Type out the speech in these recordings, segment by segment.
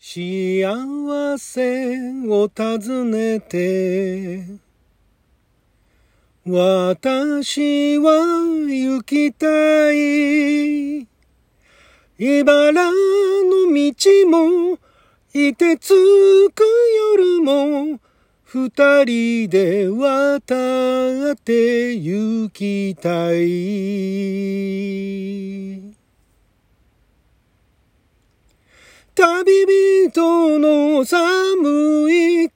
幸せを訪ねて私は行きたい。茨の道もいてつく夜も二人で渡って行きたい。旅人の寒い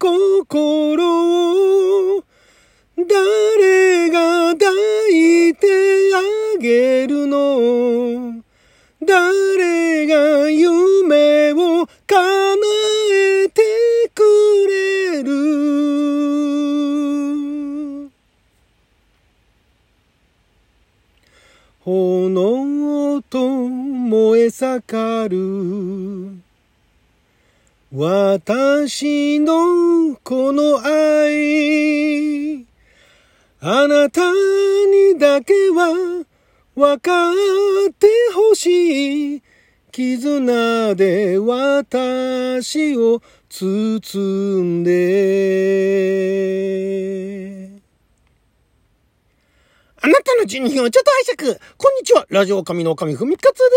心を誰が抱いてあげるの？誰が夢を叶えてくれる？炎と燃え盛る私のこの愛、あなたにだけは分かってほしい。絆で私を包んで。あなたの12分をちょっと拝借。こんにちは。ラジオ神の神ふみかつです。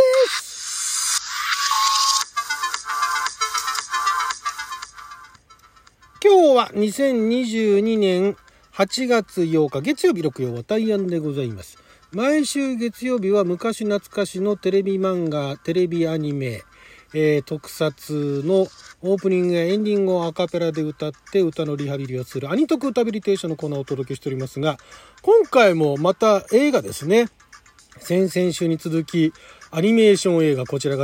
今日は2022年8月8日月曜日6曜は大安でございます。毎週月曜日は昔懐かしのテレビ漫画、テレビアニメ、特撮のオープニングやエンディングをアカペラで歌って歌のリハビリをするアニトク歌ビリテーションのコーナーをお届けしておりますが、今回もまた映画ですね。先々週に続きアニメーション映画、こちらが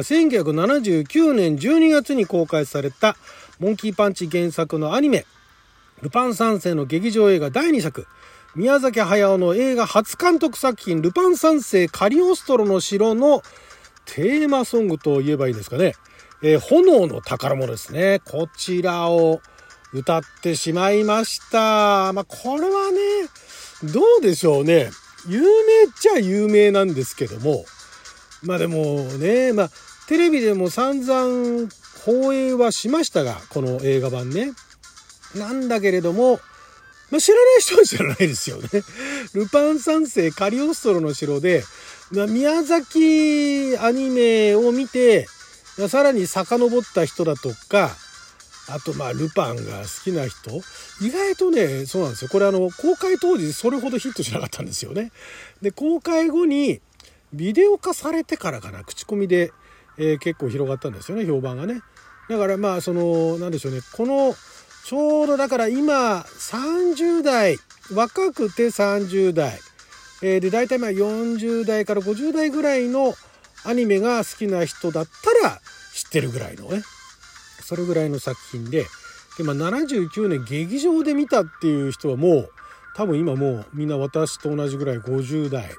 1979年12月に公開されたモンキーパンチ原作のアニメルパン三世の劇場映画第2作、宮崎駿の映画初監督作品ルパン三世カリオストロの城のテーマソングと言えばいいですかね、炎の宝物ですね。こちらを歌ってしまいました。これはね、どうでしょうね、有名っちゃ有名なんですけども、でもね、テレビでも散々放映はしましたが、この映画版ね、なんだけれども、知らない人は知らないですよね。ルパン三世カリオストロの城で、宮崎アニメを見てさらに遡った人だとか、あとルパンが好きな人、意外とね、そうなんですよ。これ公開当時それほどヒットしなかったんですよね。で、公開後にビデオ化されてからかな、口コミで、結構広がったんですよね、評判がね。だからなんでしょうね、このちょうどだから今30代、若くて30代、で大体40代から50代ぐらいのアニメが好きな人だったら知ってるぐらいのね、それぐらいの作品で、79年劇場で見たっていう人はもう多分今もうみんな私と同じぐらい50代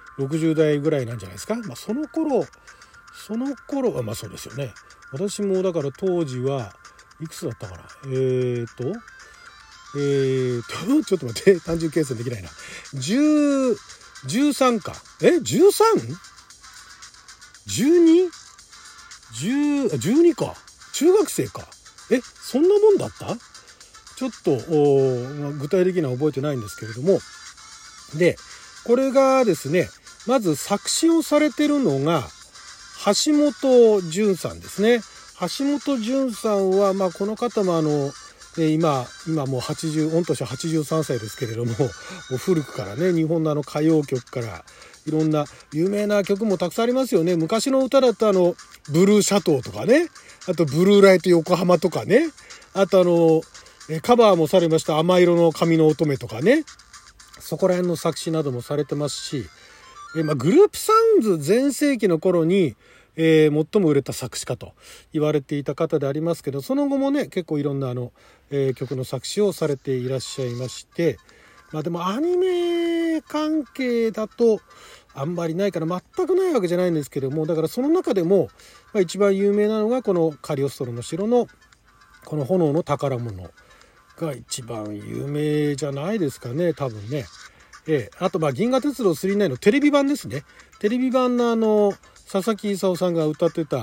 60代ぐらいなんじゃないですか。その頃はそうですよね。私もだから当時はいくつだったかな、ちょっと待って、単純計算できないな。13か。13?12?12 か。中学生か。そんなもんだった？ちょっと具体的には覚えてないんですけれども。で、これがですね、まず作詞をされてるのが橋本淳さんですね。橋本淳さんは、この方も今もう御年83歳ですけれども、古くからね、日本の歌謡曲からいろんな有名な曲もたくさんありますよね。昔の歌だとブルーシャトーとかね、あとブルーライト横浜とかね、あとカバーもされました甘色の髪の乙女とかね、そこら辺の作詞などもされてますし、グループサウンズ全盛期の頃に最も売れた作詞家と言われていた方でありますけど、その後もね、結構いろんな曲の作詞をされていらっしゃいまして、でもアニメ関係だとあんまりないから全くないわけじゃないんですけども、だからその中でも、一番有名なのがこのカリオストロの城のこの炎の宝物が一番有名じゃないですかね、多分ね。あと銀河鉄道999のテレビ版ですね。テレビ版の佐々木功さんが歌ってた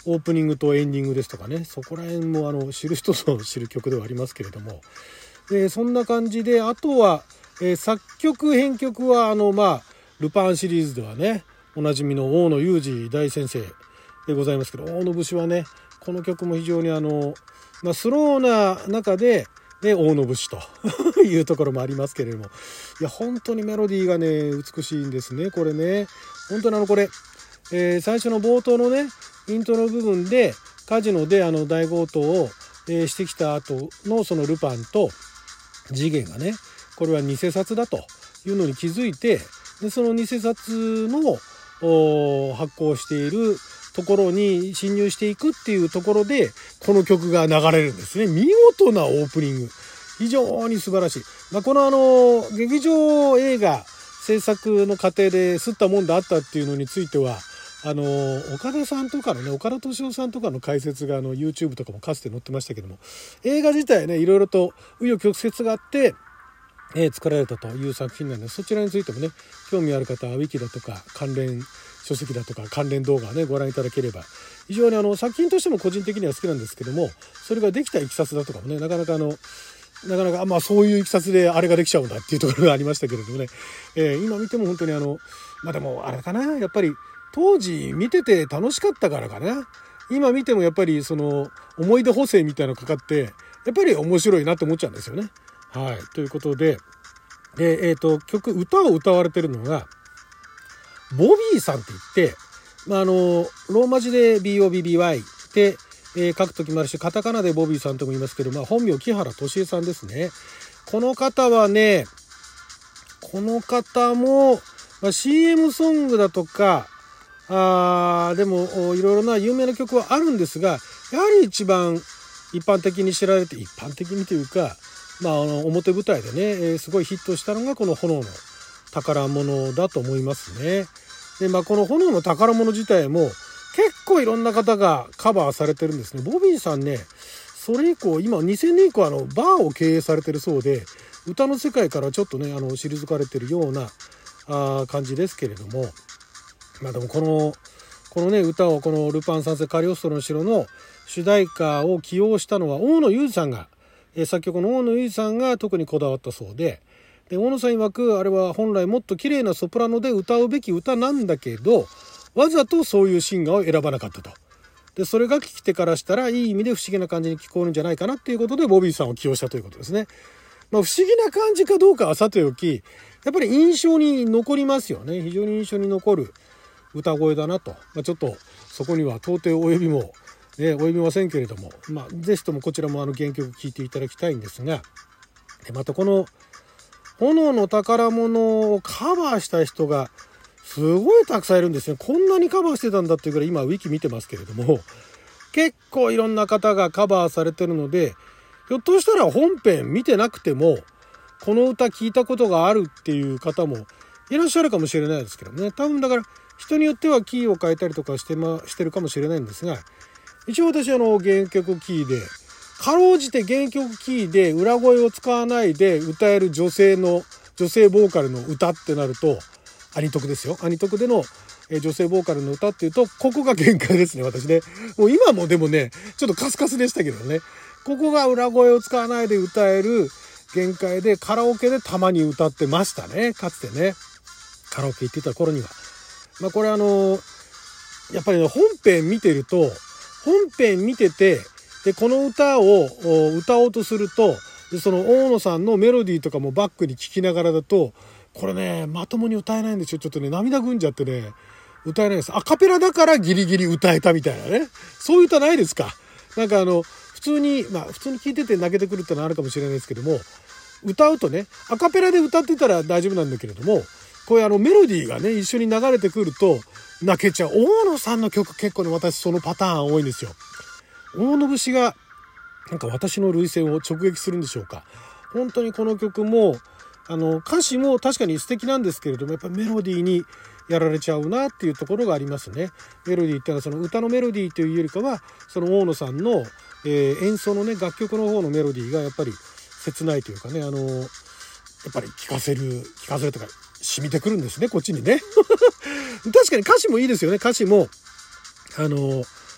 オープニングとエンディングですとかね、そこら辺も知る人ぞ知る曲ではありますけれども、そんな感じで、あとは、作曲編曲はルパンシリーズではねおなじみの大野雄二大先生でございますけど、大野節はねこの曲も非常にスローな中で大野節というところもありますけれども、いや本当にメロディーがね美しいんですね。これね本当にこれ、最初の冒頭のねイントロの部分でカジノで大強盗を、してきた後のそのルパンと次元がねこれは偽札だというのに気づいて、でその偽札の発行しているところに侵入していくっていうところでこの曲が流れるんですね。見事なオープニング、非常に素晴らしい。この劇場映画制作の過程で吸ったもんであったっていうのについては岡田さんとかのね岡田敏夫さんとかの解説がYouTube とかもかつて載ってましたけども、映画自体ねいろいろと紆余曲折があって作られたという作品なんで、そちらについてもね興味ある方はウィキだとか関連書籍だとか関連動画をねご覧いただければ、非常に作品としても個人的には好きなんですけども、それができたいきさつだとかもねなかなかそういういきさつであれができちゃうんだっていうところがありましたけれどもね、今見ても本当にでもあれかな、やっぱり当時見てて楽しかったからかな。今見てもやっぱりその思い出補正みたいなのかかってやっぱり面白いなって思っちゃうんですよね。はい、ということで、歌を歌われてるのがボビーさんって言って、ローマ字で BOBBY で、書くときもあるしカタカナでボビーさんとも言いますけど、本名木原俊恵さんですね。この方はねこの方も、CM ソングだとかでもいろいろな有名な曲はあるんですが、やはり一番一般的に知られて、一般的にというか表舞台でね、すごいヒットしたのがこの炎の宝物だと思いますね。でこの炎の宝物自体も結構いろんな方がカバーされてるんですね。ボビーさんねそれ以降今2000年以降バーを経営されてるそうで、歌の世界からちょっとね退かれてるような感じですけれども、でもこのね歌をこのルパン三世カリオストロの城の主題歌を起用したのは大野雄二さんが、作曲の大野雄二さんが特にこだわったそうで、大野さん曰くあれは本来もっと綺麗なソプラノで歌うべき歌なんだけどわざとそういうシンガーを選ばなかったと。でそれが聴き手からしたらいい意味で不思議な感じに聞こえるんじゃないかなっていうことでボビーさんを起用したということですね。不思議な感じかどうかはさておき、やっぱり印象に残りますよね。非常に印象に残る歌声だなと、ちょっとそこには到底及びませんけれども、ぜひともこちらも原曲聴いていただきたいんですが、またこの炎の宝物をカバーした人がすごいたくさんいるんですね。こんなにカバーしてたんだっていうぐらい今ウィキ見てますけれども、結構いろんな方がカバーされてるので、ひょっとしたら本編見てなくてもこの歌聞いたことがあるっていう方もいらっしゃるかもしれないですけどね。多分だから人によってはキーを変えたりとかしてるかもしれないんですが、一応私原曲キーでかろうじて原曲キーで裏声を使わないで歌える女性ボーカルの歌ってなるとアニトクですよ。アニトクでの女性ボーカルの歌っていうとここが限界ですね。私ねもう今もでもねちょっとカスカスでしたけどね、ここが裏声を使わないで歌える限界でカラオケでたまに歌ってましたね。かつてねカラオケ行ってた頃にはこれやっぱりね本編見てると本編見ててでこの歌を歌おうとするとでその大野さんのメロディーとかもバックに聴きながらだとこれねまともに歌えないんですよ。ちょっとね涙ぐんじゃってね歌えないです。アカペラだからギリギリ歌えたみたいなね、そういう歌ないですか。普通に聴いてて泣けてくるってのはあるかもしれないですけども、歌うとねアカペラで歌ってたら大丈夫なんだけれども、こういうメロディーがね一緒に流れてくると泣けちゃう。大野さんの曲結構ね私そのパターン多いんですよ。大野節が私の涙腺を直撃するんでしょうか。本当にこの曲も歌詞も確かに素敵なんですけれども、やっぱりメロディーにやられちゃうなっていうところがありますね。メロディーってのはその歌のメロディーというよりかはその大野さんの、演奏のね楽曲の方のメロディーがやっぱり切ないというかね、やっぱり聞かせるとか染みてくるんですねこっちにね確かに歌詞もいいですよね。歌詞も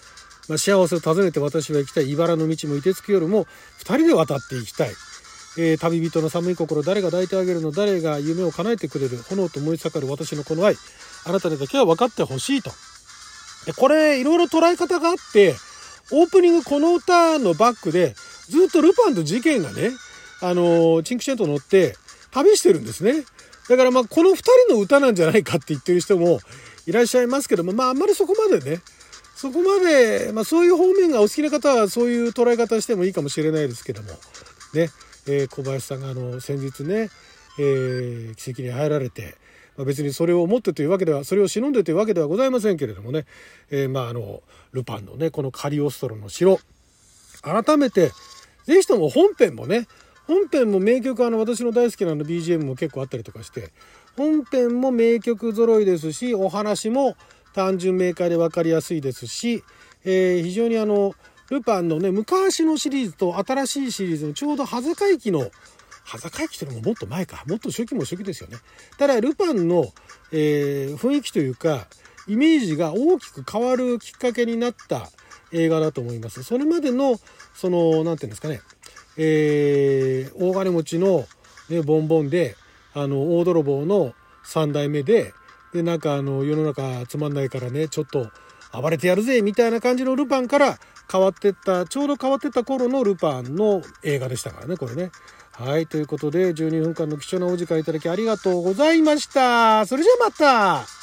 幸せを訪ねて私は行きたい。茨の道も凍てつく夜も二人で渡っていきたい。旅人の寒い心誰が抱いてあげるの、誰が夢を叶えてくれる、炎と燃え盛る私のこの愛、あなたにだけは分かってほしいと。でこれいろいろ捉え方があって、オープニングこの歌のバックでずっとルパンと事件がね、チンクシェント乗って旅してるんですね。だからこの二人の歌なんじゃないかって言ってる人もいらっしゃいますけども、あんまりそこまでね、そういう方面がお好きな方はそういう捉え方してもいいかもしれないですけどもね、小林さんが先日ね、奇跡に入られて、別にそれを思ってというわけでは、それを忍んでというわけではございませんけれどもね、ルパンのねこのカリオストロの城、改めてぜひとも本編も名曲、私の大好きなBGM も結構あったりとかして、本編も名曲揃いですし、お話も単純明快で分かりやすいですし、非常にルパンのね昔のシリーズと新しいシリーズのちょうど羽坂駅というのももっと前か、もっと初期ですよね。ただルパンの、雰囲気というかイメージが大きく変わるきっかけになった映画だと思います。それまでのなんていうんですかね、大金持ちの、ね、ボンボンで大泥棒の3代目で世の中つまんないからねちょっと暴れてやるぜみたいな感じのルパンからちょうど変わってった頃のルパンの映画でしたからね、これね。はい、ということで12分間の貴重なお時間いただきありがとうございました。それじゃあまた。